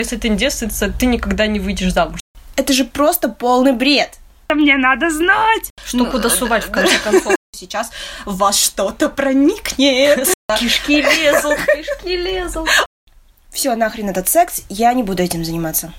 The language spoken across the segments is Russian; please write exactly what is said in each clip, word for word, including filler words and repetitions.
Если ты не девственница, ты никогда не выйдешь замуж. Это же просто полный бред. Мне надо знать, что ну, куда сувать, в конце концов. Сейчас в вас что-то проникнет. Кишки лезут, кишки лезут. Все, нахрен этот секс, я не буду этим заниматься.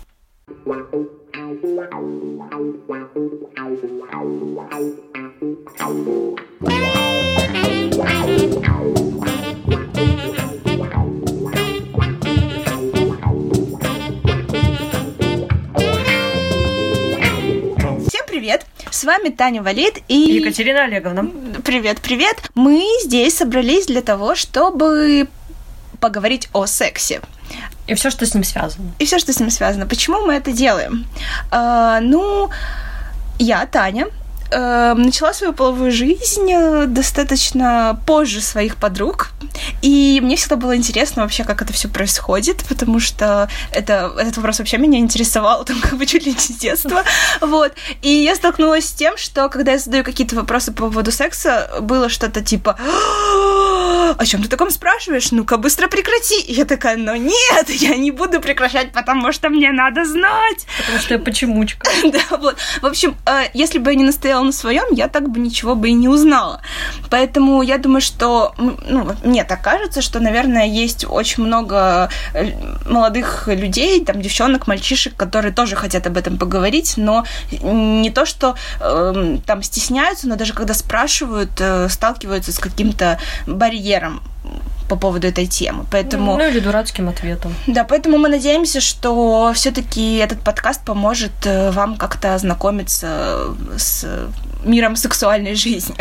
Всем привет! С вами Таня Валит и Екатерина Олеговна. Привет, привет! Мы здесь собрались для того, чтобы поговорить о сексе. И все, что с ним связано. И все, что с ним связано. Почему мы это делаем? А, ну, я, Таня, э, начала свою половую жизнь достаточно позже своих подруг. И мне всегда было интересно вообще, как это все происходит, потому что это, этот вопрос вообще меня интересовал, там, как бы чуть ли не с детства. Вот. И я столкнулась с тем, что когда я задаю какие-то вопросы по поводу секса, было что-то типа: о чем ты таком спрашиваешь? Ну-ка, быстро прекрати. И я такая: ну нет, я не буду прекращать, потому что мне надо знать. Потому что я почемучка. Да, вот. В общем, если бы я не настояла на своем, я так бы ничего бы и не узнала. Поэтому я думаю, что, ну, мне так кажется, что, наверное, есть очень много молодых людей, там, девчонок, мальчишек, которые тоже хотят об этом поговорить, но не то, что э, там стесняются, но даже когда спрашивают, э, сталкиваются с каким-то барьером по поводу этой темы. Поэтому... Ну, или дурацким ответом. Да, поэтому мы надеемся, что все-таки этот подкаст поможет вам как-то ознакомиться с миром сексуальной жизни.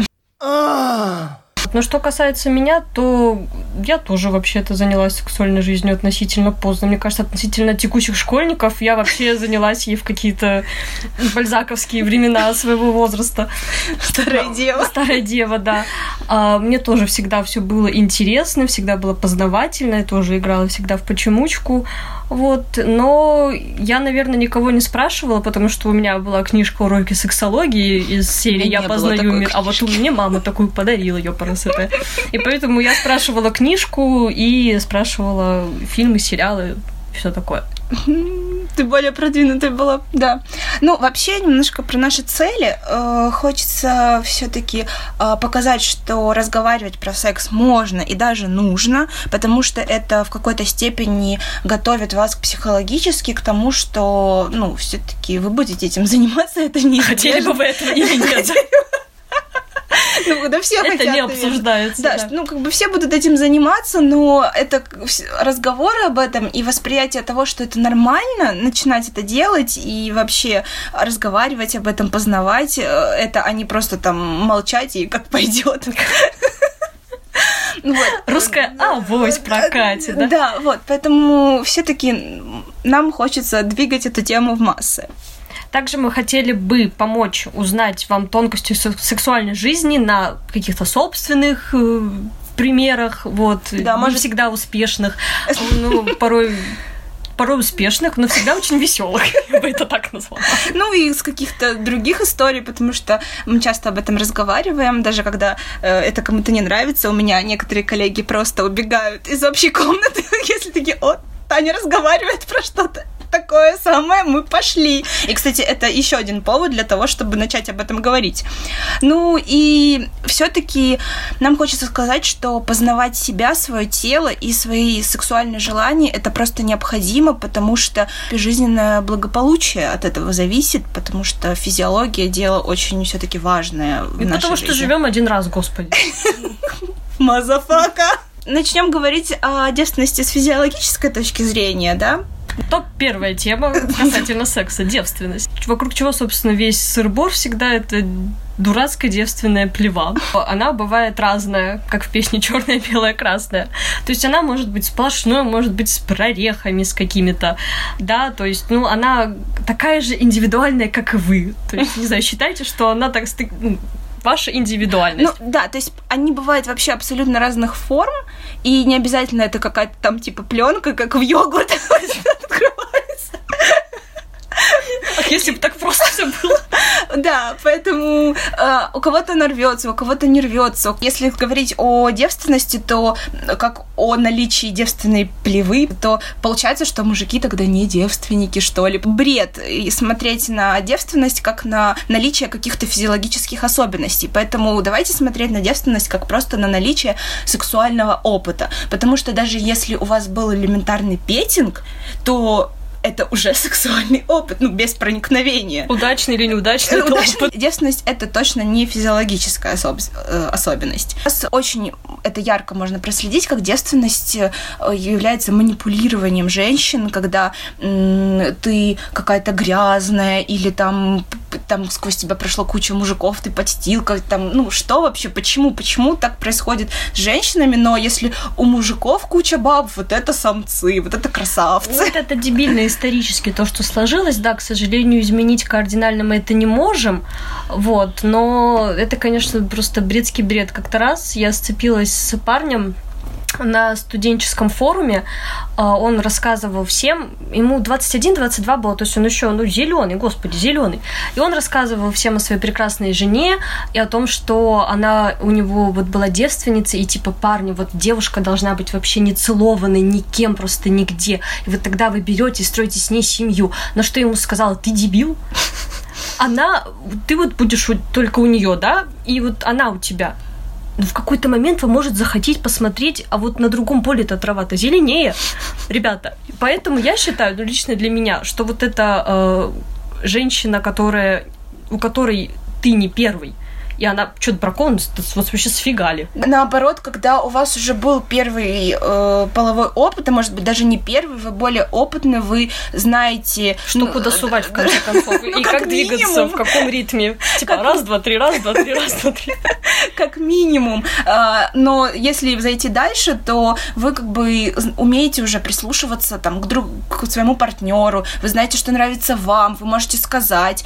Но что касается меня, то я тоже вообще-то занялась сексуальной жизнью относительно поздно. Мне кажется, относительно текущих школьников я вообще занялась ей в какие-то бальзаковские времена своего возраста. Старая дева. Старая дева, да. А, мне тоже всегда все было интересно, всегда было познавательно. Я тоже играла всегда в почемучку. Вот, но я, наверное, никого не спрашивала, потому что у меня была книжка «Уроки сексологии» из серии «Я познаю мир», а вот у меня мама такую подарила, ёпарасоте. И поэтому я спрашивала книжку и спрашивала фильмы, сериалы, все такое. Ты более продвинутая была, да. Ну, вообще, немножко про наши цели. Э, хочется все-таки э, показать, что разговаривать про секс можно и даже нужно, потому что это в какой-то степени готовит вас психологически к тому, что, ну, все-таки вы будете этим заниматься, это не хотели бы вы этого или нет. Ну, да, все это хотят, не обсуждается. Да, да. Что, ну, как бы все будут этим заниматься, но это разговоры об этом и восприятие того, что это нормально, начинать это делать и вообще разговаривать об этом, познавать это, а не просто там молчать и как пойдет. Вот. Русская авось прокатит, да? Да, вот, поэтому все-таки нам хочется двигать эту тему в массы. Также мы хотели бы помочь узнать вам тонкости сексуальной жизни на каких-то собственных э, примерах, вот, да, не может... всегда успешных, ну, порой... порой успешных, но всегда очень веселых, я бы это так назвала. Ну и из каких-то других историй, потому что мы часто об этом разговариваем, даже когда э, это кому-то не нравится, у меня некоторые коллеги просто убегают из общей комнаты, если такие: о, Таня разговаривает про что-то такое самое, мы пошли. И, кстати, это еще один повод для того, чтобы начать об этом говорить. Ну и все-таки нам хочется сказать, что познавать себя, свое тело и свои сексуальные желания — это просто необходимо, потому что жизненное благополучие от этого зависит, потому что физиология — дело очень все-таки важное в и нашей потому жизни. что живем один раз, господи. Мазафака! Начнем говорить о девственности с физиологической точки зрения, да? Топ первая тема касательно секса — девственность. Вокруг чего, собственно, весь сыр-бор всегда — это дурацкая девственная плева. Она бывает разная, как в песне «Чёрная, белая, красная». То есть она может быть сплошной, может быть с прорехами, с какими-то, да, то есть, ну, она такая же индивидуальная, как и вы. То есть, не знаю, считайте, что она так... Ну, ваша индивидуальность. Ну, да, то есть они бывают вообще абсолютно разных форм, и не обязательно это какая-то там типа пленка, как в йогурт открывается. А если бы так просто все было? Да, Поэтому э, у кого-то она рвется, у кого-то не рвется. Если говорить о девственности, то как о наличии девственной плевы, то получается, что мужики тогда не девственники, что ли. Бред. И смотреть на девственность как на наличие каких-то физиологических особенностей. Поэтому давайте смотреть на девственность как просто на наличие сексуального опыта. Потому что даже если у вас был элементарный петинг, то это уже сексуальный опыт, ну, без проникновения. Удачный или неудачный это Удачный. опыт. Девственность — это точно не физиологическая особ... особенность. Очень это ярко можно проследить, как девственность является манипулированием женщин, когда м- ты какая-то грязная, или там, там сквозь тебя прошло куча мужиков, ты подстилка, там, ну, что вообще, почему, почему так происходит с женщинами, но если у мужиков куча баб, вот это самцы, вот это красавцы. Вот это дебильное исторически то, что сложилось, да, к сожалению, изменить кардинально мы это не можем, вот, но это, конечно, просто бредский бред. Как-то раз я сцепилась с парнем на студенческом форуме, он рассказывал всем, ему двадцать один двадцать два было, то есть он еще, ну, зеленый, господи, зеленый. И он рассказывал всем о своей прекрасной жене и о том, что она у него вот была девственница, и типа, парни, вот девушка должна быть вообще не целованной никем, просто нигде. И вот тогда вы берете и строите с ней семью. На что ему сказала: ты дебил? Она, ты вот будешь только у нее, да, и вот она у тебя. Но в какой-то момент вам может захотеть посмотреть, а вот на другом поле-то трава-то зеленее, ребята. Поэтому я считаю, ну, лично для меня, что вот эта э, женщина, которая, у которой ты не первый, и она что-то бракон, вот вообще сфигали. Наоборот, когда у вас уже был первый э, половой опыт, а может быть даже не первый, вы более опытны, вы знаете... Что ну, куда сувать, в конце концов, и как двигаться, в каком ритме. Типа раз, два, три, раз, два, три, раз, два, три. Как минимум. Но если зайти дальше, то вы как бы умеете уже прислушиваться там к, друг, к своему партнеру, вы знаете, что нравится вам, вы можете сказать.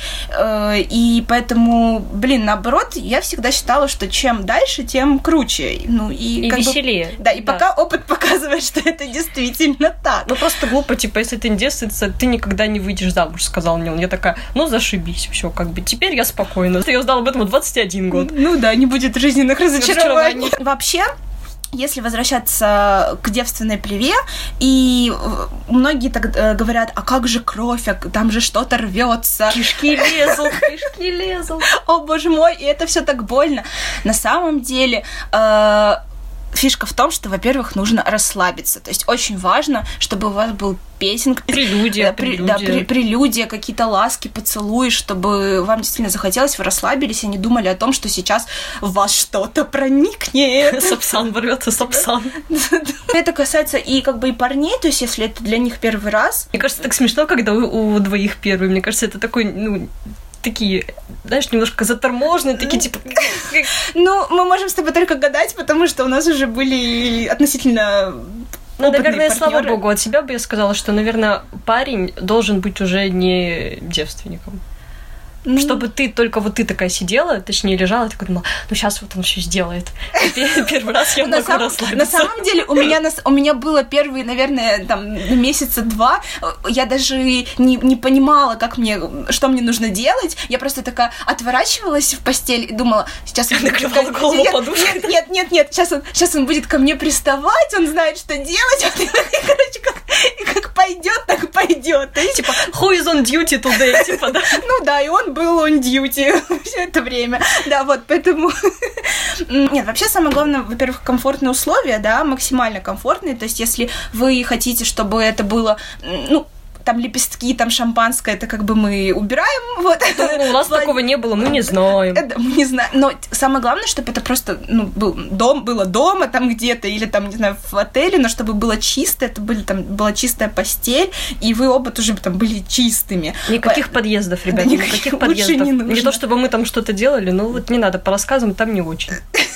И поэтому, блин, наоборот, я всегда считала, что чем дальше, тем круче. Ну, и и как веселее. Бы, да, и да. Пока опыт показывает, что это действительно так. Ну, просто глупо, типа, если ты не девственница, ты никогда не выйдешь замуж, сказал мне он. Я такая, ну, зашибись, все, как бы, теперь я спокойна. Я узнала об этом в двадцать один год. Ну да, не будет жизненных разочарований. Вообще, если возвращаться к девственной плеве, и многие так говорят, а как же кровь, а там же что-то рвется. Кишки лезут, кишки лезут. О, боже мой, и это все так больно. На самом деле... Э- Фишка в том, что, во-первых, нужно расслабиться. То есть очень важно, чтобы у вас был петинг. Прелюдия. Да, прелюдия. Да, при, прелюдия, какие-то ласки, поцелуи, чтобы вам действительно захотелось, вы расслабились и не думали о том, что сейчас в вас что-то проникнет. Сапсан ворвется, сапсан. Это касается и как бы и парней, то есть если это для них первый раз. Мне кажется, так смешно, когда у, у двоих первый. Мне кажется, это такой, ну... такие, знаешь, немножко заторможенные, такие, типа... Ну, мы можем с тобой только гадать, потому что у нас уже были относительно... Ну, наверное, партнеры. Слава богу, от себя бы я сказала, что, наверное, парень должен быть уже не девственником. Mm. Чтобы ты только вот ты такая сидела, точнее, лежала, и такая думала, ну, сейчас вот он все сделает. Первый раз я могу расслабиться. На самом деле, у меня, у меня было первые, наверное, там, месяца два, я даже не, не понимала, как мне, что мне нужно делать. Я просто такая отворачивалась в постель и думала, сейчас он будет... Накрывала голову нет, подушкой. Нет, нет, нет, нет, сейчас он, сейчас он будет ко мне приставать, он знает, что делать. И, короче, как, и как пойдет, так пойдет. Типа, who is on duty today? Типа, да. Ну да, и он был on duty все это время. Да, вот, поэтому... Нет, вообще самое главное, во-первых, комфортные условия, да, максимально комфортные. То есть если вы хотите, чтобы это было, ну, там лепестки, там шампанское, это как бы мы убираем. Вот. Ну, у нас Влад... такого не было, мы не знаем. Это, мы не знаем. Но самое главное, чтобы это просто ну, был дом, было дома там где-то, или там, не знаю, в отеле, но чтобы было чисто, это были, там, была чистая постель, и вы оба тоже там были чистыми. Никаких По... подъездов, ребята, да, никаких, никаких подъездов. Не, не то, чтобы мы там что-то делали, но вот не надо, по рассказам там не очень.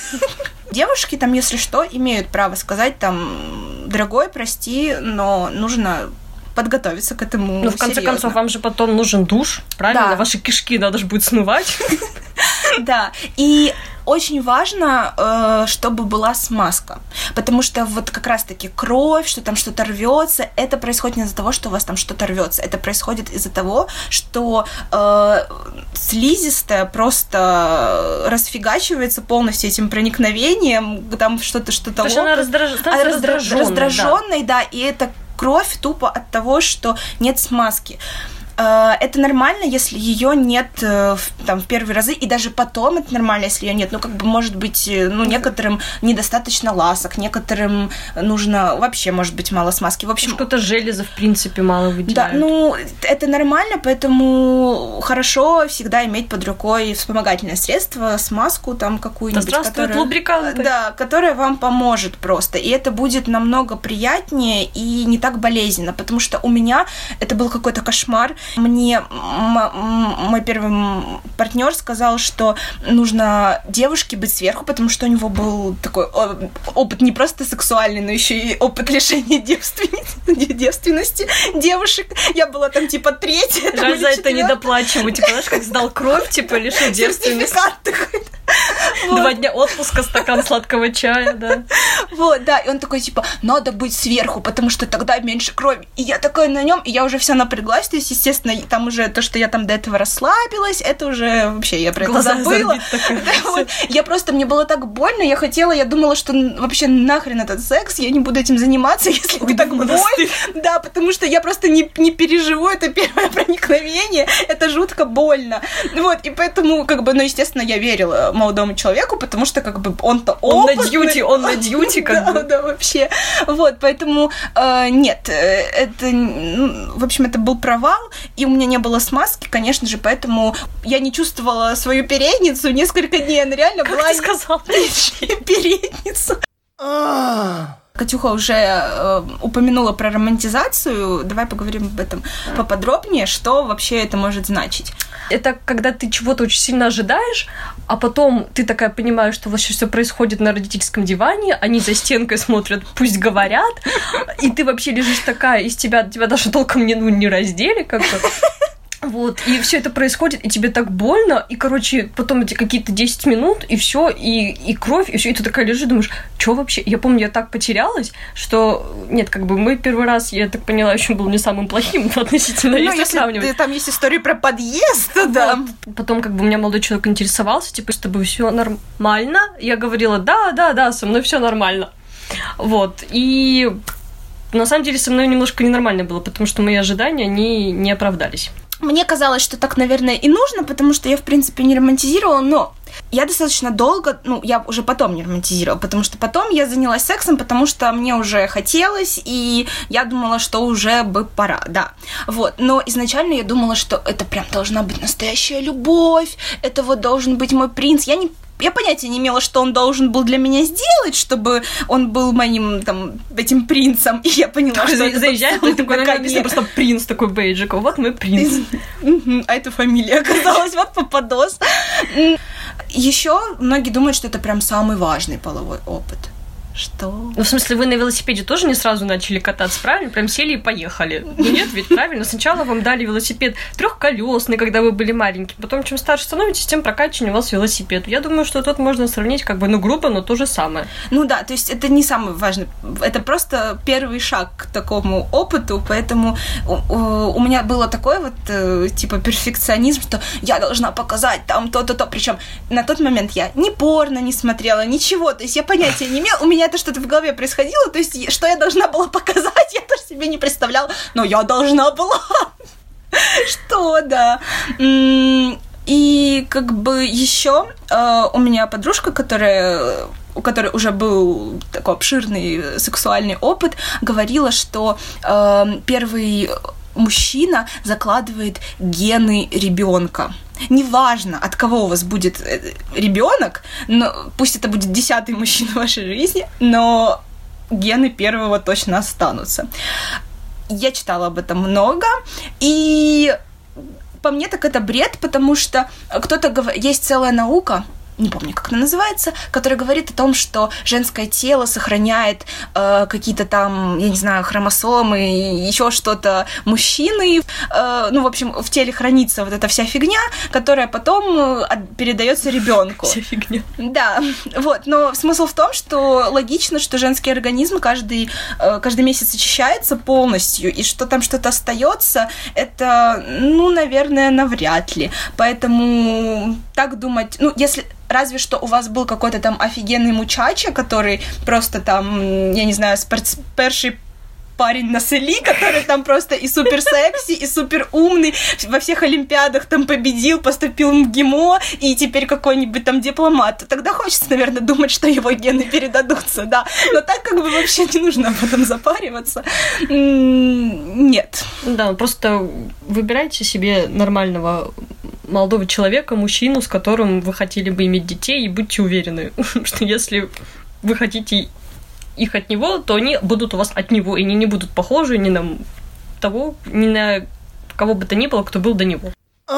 Девушки там, если что, имеют право сказать там, дорогой, прости, но нужно... подготовиться к этому. Ну, в конце серьезно. концов, вам же потом нужен душ, правильно? Да. Ваши кишки надо же будет смывать. Да, и очень важно, э, чтобы была смазка, потому что вот как раз-таки кровь, что там что-то рвется, это происходит не из-за того, что у вас там что-то рвется, это происходит из-за того, что э, слизистая просто расфигачивается полностью этим проникновением, там что-то, что-то... Потому что она раздраж... а раздраженной, раздраженной, да. да, и это кровь тупо от того, что нет смазки. Это нормально, если ее нет там, в первые разы, и даже потом это нормально, если ее нет. Ну, как бы, может быть, ну, некоторым недостаточно ласок, некоторым нужно вообще, может быть, мало смазки. В общем, что-то железа, в принципе, мало выделяют. Да, ну, это нормально, поэтому хорошо всегда иметь под рукой вспомогательное средство, смазку там какую-нибудь. Да здравствуют лубриканты. Да, которая вам поможет просто. И это будет намного приятнее и не так болезненно, потому что у меня это был какой-то кошмар. Мне м- мой первый партнер сказал, что нужно девушке быть сверху, потому что у него был такой опыт не просто сексуальный, но еще и опыт лишения девственности, девственности девушек. Я была там типа третья. Жаль, за это не доплачиваю. Типа, знаешь, как сдал кровь, типа лишил девственности. Вот. Два дня отпуска, стакан сладкого чая, да. Вот, да, и он такой, типа, надо быть сверху, потому что тогда меньше крови. И я такая на нем, и я уже вся напряглась, то есть, естественно, там уже то, что я там до этого расслабилась, это уже вообще, я про Глаза это забыла. Да, вот. Я просто, мне было так больно, я хотела, я думала, что вообще нахрен этот секс, я не буду этим заниматься, если Ой, так больно. Да, потому что я просто не, не переживу это первое проникновение, это жутко больно. Вот, и поэтому, как бы, ну, естественно, я верила молодому человеку, потому что, как бы, он-то опытный. Он на дьюти, он на дьюти, как да, бы. Да, вообще. Вот, поэтому э, нет, это, ну, в общем, это был провал, и у меня не было смазки, конечно же, поэтому я не чувствовала свою передницу несколько дней, она реально как была... Как ты сказала? Передницу. Катюха уже э, упомянула про романтизацию. Давай поговорим об этом поподробнее, что вообще это может значить. Это когда ты чего-то очень сильно ожидаешь, а потом ты такая понимаешь, что вообще все происходит на родительском диване, они за стенкой смотрят, пусть говорят, и ты вообще лежишь такая, из тебя, тебя даже толком не, ну, не раздели, как бы. Вот, и все это происходит, и тебе так больно, и, короче, потом эти какие-то десять минут, и все, и, и кровь, и все, и ты такая лежишь, думаешь, что вообще? Я помню, я так потерялась, что, нет, как бы мой первый раз, я так поняла, еще был не самым плохим относительно, ну, если, если сравнивать. Ты, там есть история про подъезд, да. Вот. Потом, как бы, у меня молодой человек интересовался, типа, с тобой все нормально? Я говорила, да, да, да, со мной все нормально. Вот, и на самом деле со мной немножко ненормально было, потому что мои ожидания, они не оправдались. Мне казалось, что так, наверное, и нужно, потому что я, в принципе, не романтизировала, но я достаточно долго, ну, я уже потом не романтизировала, потому что потом я занялась сексом, потому что мне уже хотелось, и я думала, что уже бы пора, да. Вот, но изначально я думала, что это прям должна быть настоящая любовь, это вот должен быть мой принц. Я не Я понятия не имела, что он должен был для меня сделать, чтобы он был моим, там, этим принцем. И я поняла, такой, что это заезжает, и такой, написано просто принц такой бейджик. Вот мой принц. А это фамилия оказалась. Вот попадос. Еще многие думают, что это прям самый важный половой опыт. Что? Ну, в смысле, вы на велосипеде тоже не сразу начали кататься, правильно? Прям сели и поехали. Ну, нет, ведь правильно. Сначала вам дали велосипед трехколесный, когда вы были маленькие. Потом, чем старше становитесь, тем прокачаннее у вас велосипед. Я думаю, что тут можно сравнить, как бы, ну, грубо, но то же самое. Ну да, то есть это не самый важный. Это просто первый шаг к такому опыту, поэтому у, у меня было такое вот, типа, перфекционизм, что я должна показать там то-то-то. Причем на тот момент я ни порно не смотрела, ничего. То есть я понятия не имела. У меня это что-то в голове происходило, то есть что я должна была показать, я тоже себе не представляла, но я должна была. Что, да. И как бы еще у меня подружка, которая... у которой уже был такой обширный сексуальный опыт, говорила, что первый мужчина закладывает гены ребенка. Неважно, от кого у вас будет ребенок, но пусть это будет десятый мужчина в вашей жизни, но гены первого точно останутся. Я читала об этом много, и по мне так это бред, потому что кто-то говорит, есть целая наука, не помню, как она называется, которая говорит о том, что женское тело сохраняет э, какие-то там, я не знаю, хромосомы, еще что-то мужчины. Э, ну, в общем, в теле хранится вот эта вся фигня, которая потом передается ребенку. Вся фигня. Да, вот. Но смысл в том, что логично, что женский организм каждый, э, каждый месяц очищается полностью, и что там что-то остается, это, ну, наверное, навряд ли. Поэтому так думать, ну, если... Разве что у вас был какой-то там офигенный мучача, который просто там, я не знаю, спорт... перший парень на селі, который там просто и супер секси, и супер умный, во всех олимпиадах там победил, поступил в МГИМО, и теперь какой-нибудь там дипломат. Тогда хочется, наверное, думать, что его гены передадутся, да. Но так как бы вообще не нужно об этом запариваться. Нет. Да, просто выбирайте себе нормального молодого человека, мужчину, с которым вы хотели бы иметь детей, и будьте уверены, что если вы хотите их от него, то они будут у вас от него, и они не будут похожи ни на того, ни на кого бы то ни было, кто был до него.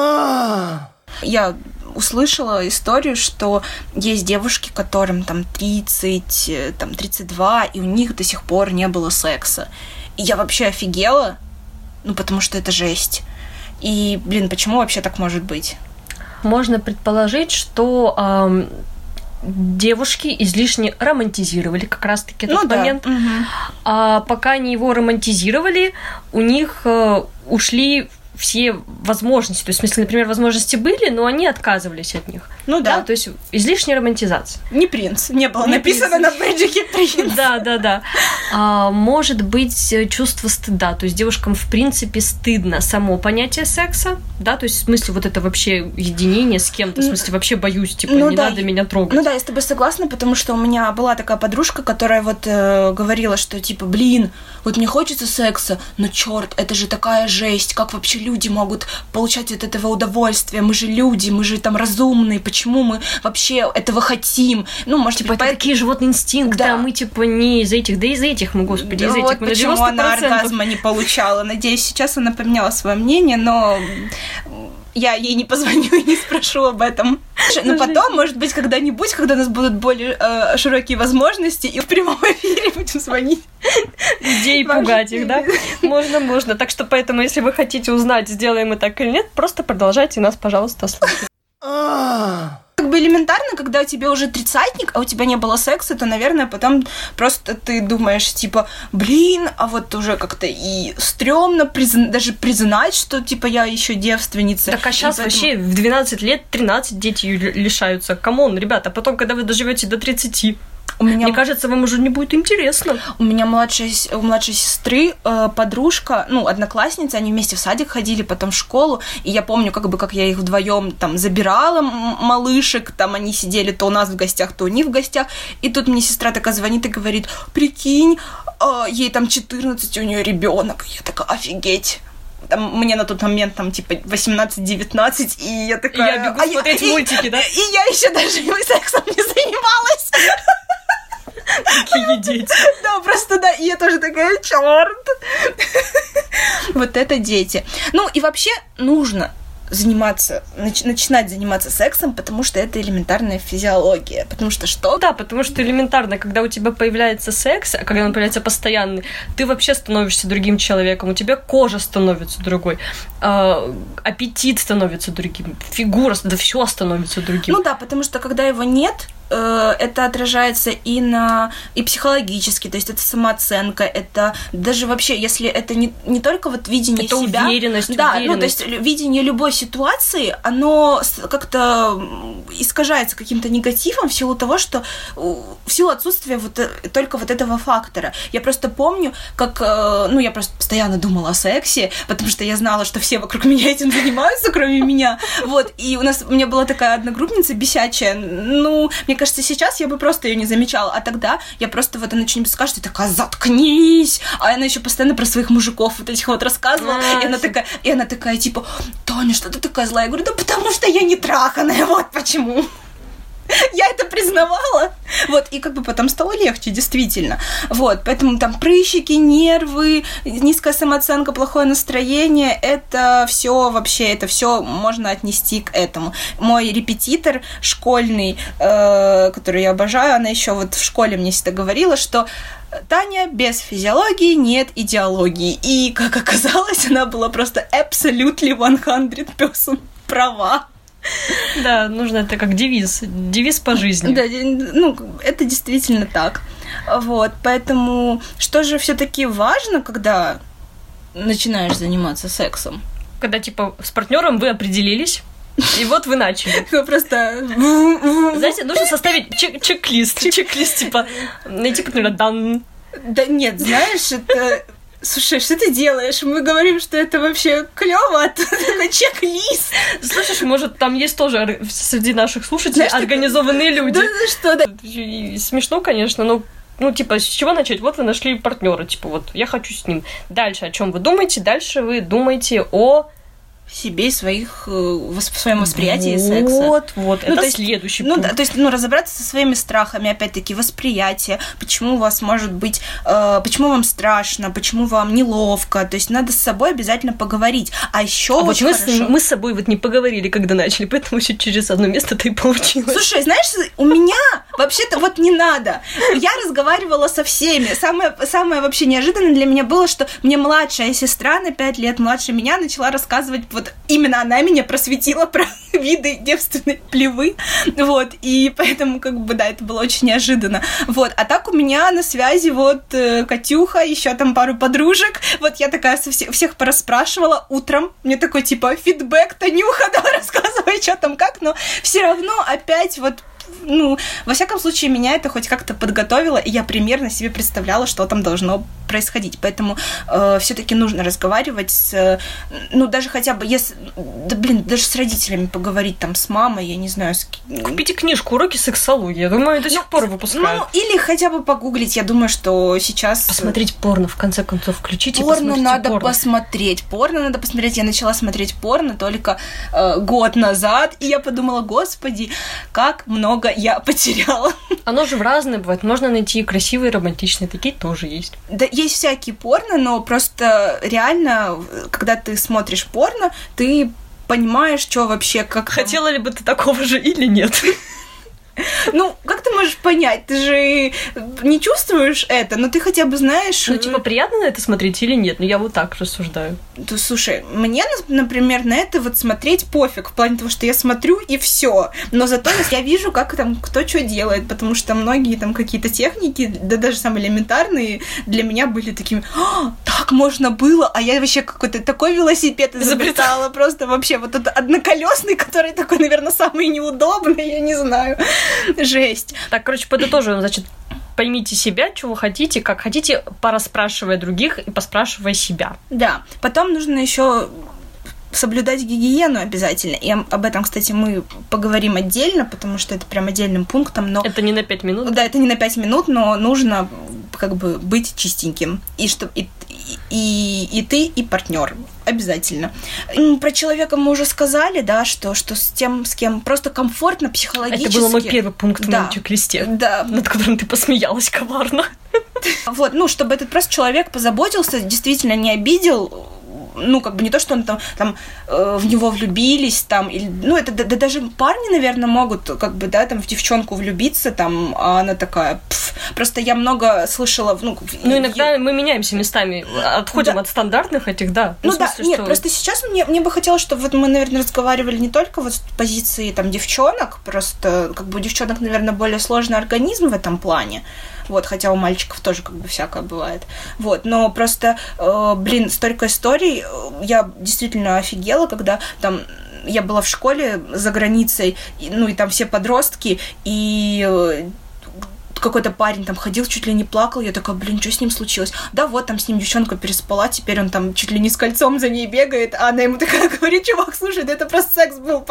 Я услышала историю, что есть девушки, которым там тридцать, там тридцать два, и у них до сих пор не было секса. И я вообще офигела, ну, потому что это жесть. И, блин, почему вообще так может быть? Можно предположить, что эм, девушки излишне романтизировали как раз-таки этот ну, момент. Да. Угу. А пока они его романтизировали, у них э, ушли все возможности. То есть, в смысле, например, возможности были, но они отказывались от них. Ну да. да то есть излишняя романтизация. Не принц. Не было не написано принц. на бейджике принц. Да, да, да. А, может быть, чувство стыда. То есть девушкам, в принципе, стыдно само понятие секса. Да, то есть, в смысле, вот это вообще единение с кем-то. В смысле, вообще боюсь, типа, ну, не да. надо меня трогать. Ну да, я с тобой согласна, потому что у меня была такая подружка, которая вот э, говорила, что типа, блин, вот мне хочется секса, но черт, это же такая жесть, как вообще люди могут получать от этого удовольствие, мы же люди, мы же там разумные, почему мы вообще этого хотим? Ну, может типа, быть, это по... такие животные инстинкты, да. а мы типа не из этих, да из этих мы, господи, из да, этих вот мы на почему девяносто процентов. Она оргазма не получала. Надеюсь, сейчас она поменяла свое мнение, но я ей не позвоню и не спрошу об этом. Но потом, может быть, когда-нибудь, когда у нас будут более э, широкие возможности, и в прямом эфире будем звонить. Людей пугать их, да? Можно, можно. Так что поэтому, если вы хотите узнать, сделаем мы так или нет, просто продолжайте нас, пожалуйста, слушать. Как бы элементарно, когда тебе уже тридцатник, а у тебя не было секса, то, наверное, потом просто ты думаешь, типа, блин, а вот уже как-то и стрёмно призна- даже признать, что, типа, я еще девственница. Так, а сейчас поэтому... вообще в двенадцать лет тринадцать дети лишаются. Камон, ребята, а потом, когда вы доживете до тридцати, у меня... мне кажется, вам уже не будет интересно. У меня младшая, у младшей сестры э, подружка, ну, одноклассница, они вместе в садик ходили, потом в школу, и я помню, как бы, как я их вдвоем там забирала, м- малышек, там они сидели то у нас в гостях, то у них в гостях, и тут мне сестра такая звонит и говорит, прикинь, э, ей там четырнадцать, у нее ребенок, я такая, офигеть. Там, мне на тот момент там типа восемнадцать-девятнадцать, и я такая... И я бегу смотреть а я, мультики, и, да? И я еще даже сексом не занималась. Какие дети. Да, просто да, и я тоже такая, чёрт. Вот это дети. Ну, и вообще нужно заниматься, нач- начинать заниматься сексом, потому что это элементарная физиология. Потому что что? Да, потому что элементарно, когда у тебя появляется секс, а когда он появляется постоянный, ты вообще становишься другим человеком, у тебя кожа становится другой, э, аппетит становится другим, фигура, да все становится другим. Ну да, потому что когда его нет, это отражается и на и психологически, то есть это самооценка, это даже вообще, если это не, не только вот видение это себя, уверенность, да, уверенность. ну то есть видение любой ситуации, оно как-то искажается каким-то негативом в силу того, что в силу отсутствия вот только вот этого фактора. Я просто помню, как, ну я просто постоянно думала о сексе, потому что я знала, что все вокруг меня этим занимаются, кроме меня, вот, и у нас у меня была такая одногруппница бесячая, ну мне кажется, сейчас я бы просто ее не замечала, а тогда я просто вот она что-нибудь скажет, и такая, заткнись, а она еще постоянно про своих мужиков вот этих вот рассказывала, а, и она такая, и она такая, типа, Таня, что ты такая злая? Я говорю, да потому что я не траханая, вот почему. Я это признавала. Вот, и как бы потом стало легче, действительно. Вот, поэтому там прыщики, нервы, низкая самооценка, плохое настроение, это все вообще, это все можно отнести к этому. Мой репетитор школьный, э, который я обожаю, она еще вот в школе мне всегда говорила, что Таня, без физиологии нет идеологии. И, как оказалось, она была просто absolutely one hundred percent права. Да, нужно это как девиз. Девиз по жизни. Да, ну, это действительно так. Вот, поэтому что же все-таки важно, когда начинаешь заниматься сексом? Когда, типа, с партнером вы определились, и вот вы начали. Ну, просто... Знаете, нужно составить чек- чек-лист. Чек-лист, типа, найти партнера, дан. Да нет, знаешь, это... Слушай, что ты делаешь? Мы говорим, что это вообще клёво, а тут такой чек-лист. Слышишь, может, там есть тоже среди наших слушателей Знаешь, организованные ты... люди. Да, да что, да. И смешно, конечно, но ну, типа, с чего начать? Вот вы нашли партнера, типа, вот, я хочу с ним. Дальше о чем вы думаете? Дальше вы думаете о себе и своих, в своем восприятии вот, секса. Вот, вот, ну, это есть, следующий ну, пункт. Да, то есть, ну, разобраться со своими страхами, опять-таки, восприятие, почему у вас может быть, э, почему вам страшно, почему вам неловко, то есть надо с собой обязательно поговорить. А еще а очень вот хорошо... мы, мы с собой вот не поговорили, когда начали, поэтому еще через одно место-то и получилось. Слушай, знаешь, у меня вообще-то вот не надо. Я разговаривала со всеми. Самое, самое вообще неожиданное для меня было, что мне младшая сестра на пять лет младше меня начала рассказывать, вот именно она меня просветила про виды девственной плевы, вот, и поэтому, как бы, да, это было очень неожиданно, вот, а так у меня на связи вот Катюха, еще там пару подружек, вот я такая со всех, всех порасспрашивала утром, мне такой, типа, фидбэк, Танюха, давай рассказывай, что там, как, но все равно опять вот ну, во всяком случае, меня это хоть как-то подготовило, и я примерно себе представляла, что там должно происходить. Поэтому э, все-таки нужно разговаривать с, э, ну, даже хотя бы, если, да, блин, даже с родителями поговорить, там, с мамой, я не знаю. С... Купите книжку «Уроки сексологии», я думаю, до сих ну, пор выпускают. Ну, или хотя бы погуглить, я думаю, что сейчас... Посмотреть порно, в конце концов, включите, порно надо порно. посмотреть. Порно надо посмотреть. Я начала смотреть порно только э, год назад, и я подумала, господи, как много я потеряла. Оно же в разное бывает. Можно найти красивые, романтичные, такие тоже есть. Да, есть всякие порно, но просто реально, когда ты смотришь порно, ты понимаешь, что вообще, как... Хотела ли бы ты такого же или нет? Ну, как ты можешь понять? Ты же не чувствуешь это, но ты хотя бы знаешь... Ну, типа, приятно на это смотреть или нет? Ну, я вот так рассуждаю. Да, слушай, мне, например, на это вот смотреть пофиг, в плане того, что я смотрю и все. Но зато я вижу, как там кто что делает, потому что многие там какие-то техники, да даже самые элементарные, для меня были такими, а, так можно было, а я вообще какой-то такой велосипед изобретала, просто вообще вот этот одноколесный, который такой, наверное, самый неудобный, я не знаю. Жесть. Так, короче, подытоживаем, значит, поймите себя, чего хотите, как хотите, порасспрашивая других и поспрашивая себя. Да. Потом нужно еще соблюдать гигиену обязательно. И об этом, кстати, мы поговорим отдельно, потому что это прям отдельным пунктом. Но... Это не на пять минут? Да, это не на пять минут, но нужно как бы быть чистеньким. И, что... и, и, и ты, и партнер. Обязательно. Про человека мы уже сказали, да, что, что с тем, с кем просто комфортно психологически. Это был мой первый пункт в да. моем чек-листе, да. над которым ты посмеялась коварно. Вот, ну, чтобы этот просто человек позаботился, действительно не обидел. Ну, как бы не то, что он там, там э, в него влюбились, там, или, ну, это да, да, даже парни, наверное, могут, как бы, да, там, в девчонку влюбиться, там, а она такая, пф. Просто я много слышала, ну... Ну, иногда я... мы меняемся местами, отходим да. от стандартных этих, да. Ну, ну да, смысле, нет, что... просто сейчас мне, мне бы хотелось, чтобы вот мы, наверное, разговаривали не только вот с позиции, там, девчонок, просто, как бы, у девчонок, наверное, более сложный организм в этом плане, вот, хотя у мальчиков тоже как бы всякое бывает. Вот, но просто, э, блин, столько историй, я действительно офигела, когда там я была в школе за границей, и, ну, и там все подростки, и э, какой-то парень там ходил, чуть ли не плакал, я такая, блин, что с ним случилось? Да, вот, там с ним девчонка переспала, теперь он там чуть ли не с кольцом за ней бегает, а она ему такая говорит, чувак, слушай, да это просто секс был, пока.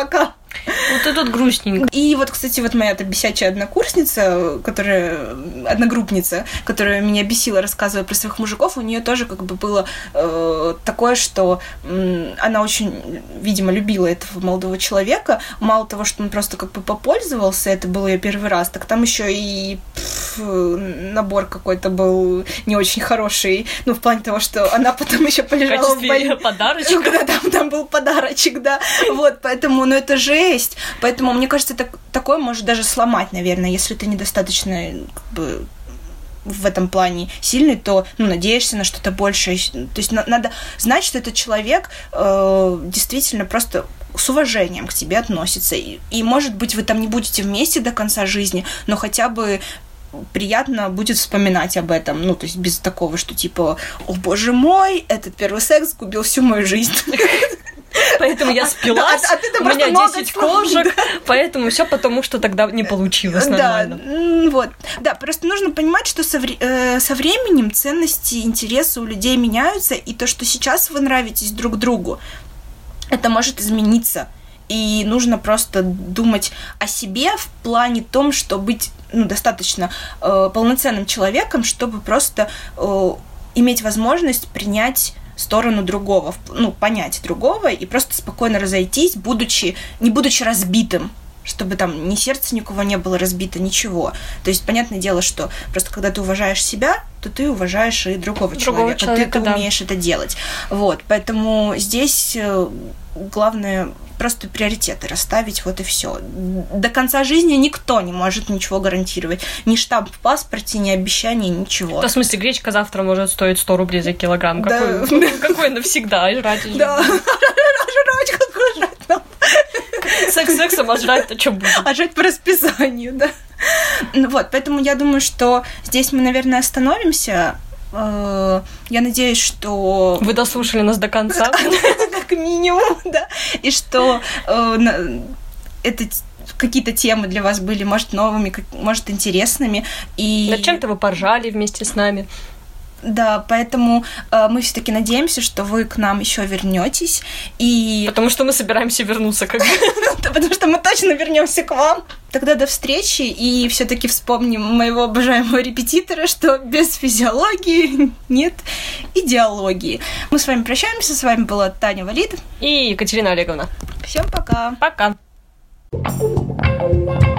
Вот и тут грустненько. И вот, кстати, вот моя эта бесячая однокурсница, которая, одногруппница, которая меня бесила, рассказывая про своих мужиков, у нее тоже как бы было э, такое, что э, она очень, видимо, любила этого молодого человека. Мало того, что он просто как бы попользовался, это был ее первый раз, так там еще и пф, набор какой-то был не очень хороший. Ну, в плане того, что она потом еще полежала в больнице. Подарочек. Когда там, там был подарочек, да. Вот, поэтому, ну, это жесть. Поэтому, мне кажется, так, такое может даже сломать, наверное, если ты недостаточно как бы, в этом плане сильный, то ну, надеешься на что-то большее. То есть на- надо знать, что этот человек э, действительно просто с уважением к тебе относится. И, и, может быть, вы там не будете вместе до конца жизни, но хотя бы приятно будет вспоминать об этом. Ну, то есть без такого, что типа, о боже мой, этот первый секс губил всю мою жизнь. Поэтому я спилась, а, а, а у меня десять кошек, да. Поэтому все потому, что тогда не получилось нормально. Да, вот. Да, просто нужно понимать, что со, вре- э, со временем ценности, интересы у людей меняются, и то, что сейчас вы нравитесь друг другу, это может измениться. И нужно просто думать о себе в плане том, что быть ну, достаточно э, полноценным человеком, чтобы просто э, иметь возможность принять сторону другого, ну, понять другого и просто спокойно разойтись, будучи, не будучи разбитым, чтобы там ни сердце никого не было разбито, ничего. То есть, понятное дело, что просто когда ты уважаешь себя, то ты уважаешь и другого, другого человека, человека, ты, ты да. умеешь это делать. Вот, поэтому здесь главное просто приоритеты расставить, вот и все. До конца жизни никто не может ничего гарантировать. Ни штамп в паспорте, ни обещания, ничего. Да, в смысле, гречка завтра может стоить сто рублей за килограмм. Да. Какой, какой навсегда? А жрать уже. Да, жрать, как жрать нам. Секс сексом, а жрать-то что будет? А жрать по расписанию, да. Ну вот, поэтому я думаю, что здесь мы, наверное, остановимся. Я надеюсь, что... Вы дослушали нас до конца. Как минимум, да. И что это какие-то темы для вас были, может, новыми, может, интересными. И... Над чем-то вы поржали вместе с нами. Да, поэтому э, мы все-таки надеемся, что вы к нам еще вернетесь. И... Потому что мы собираемся вернуться, как Потому что мы точно вернемся к вам. Тогда до встречи, и все-таки вспомним моего обожаемого репетитора, что без физиологии нет идеологии. Мы с вами прощаемся. С вами была Таня Валид и Екатерина Олеговна. Всем пока. Пока.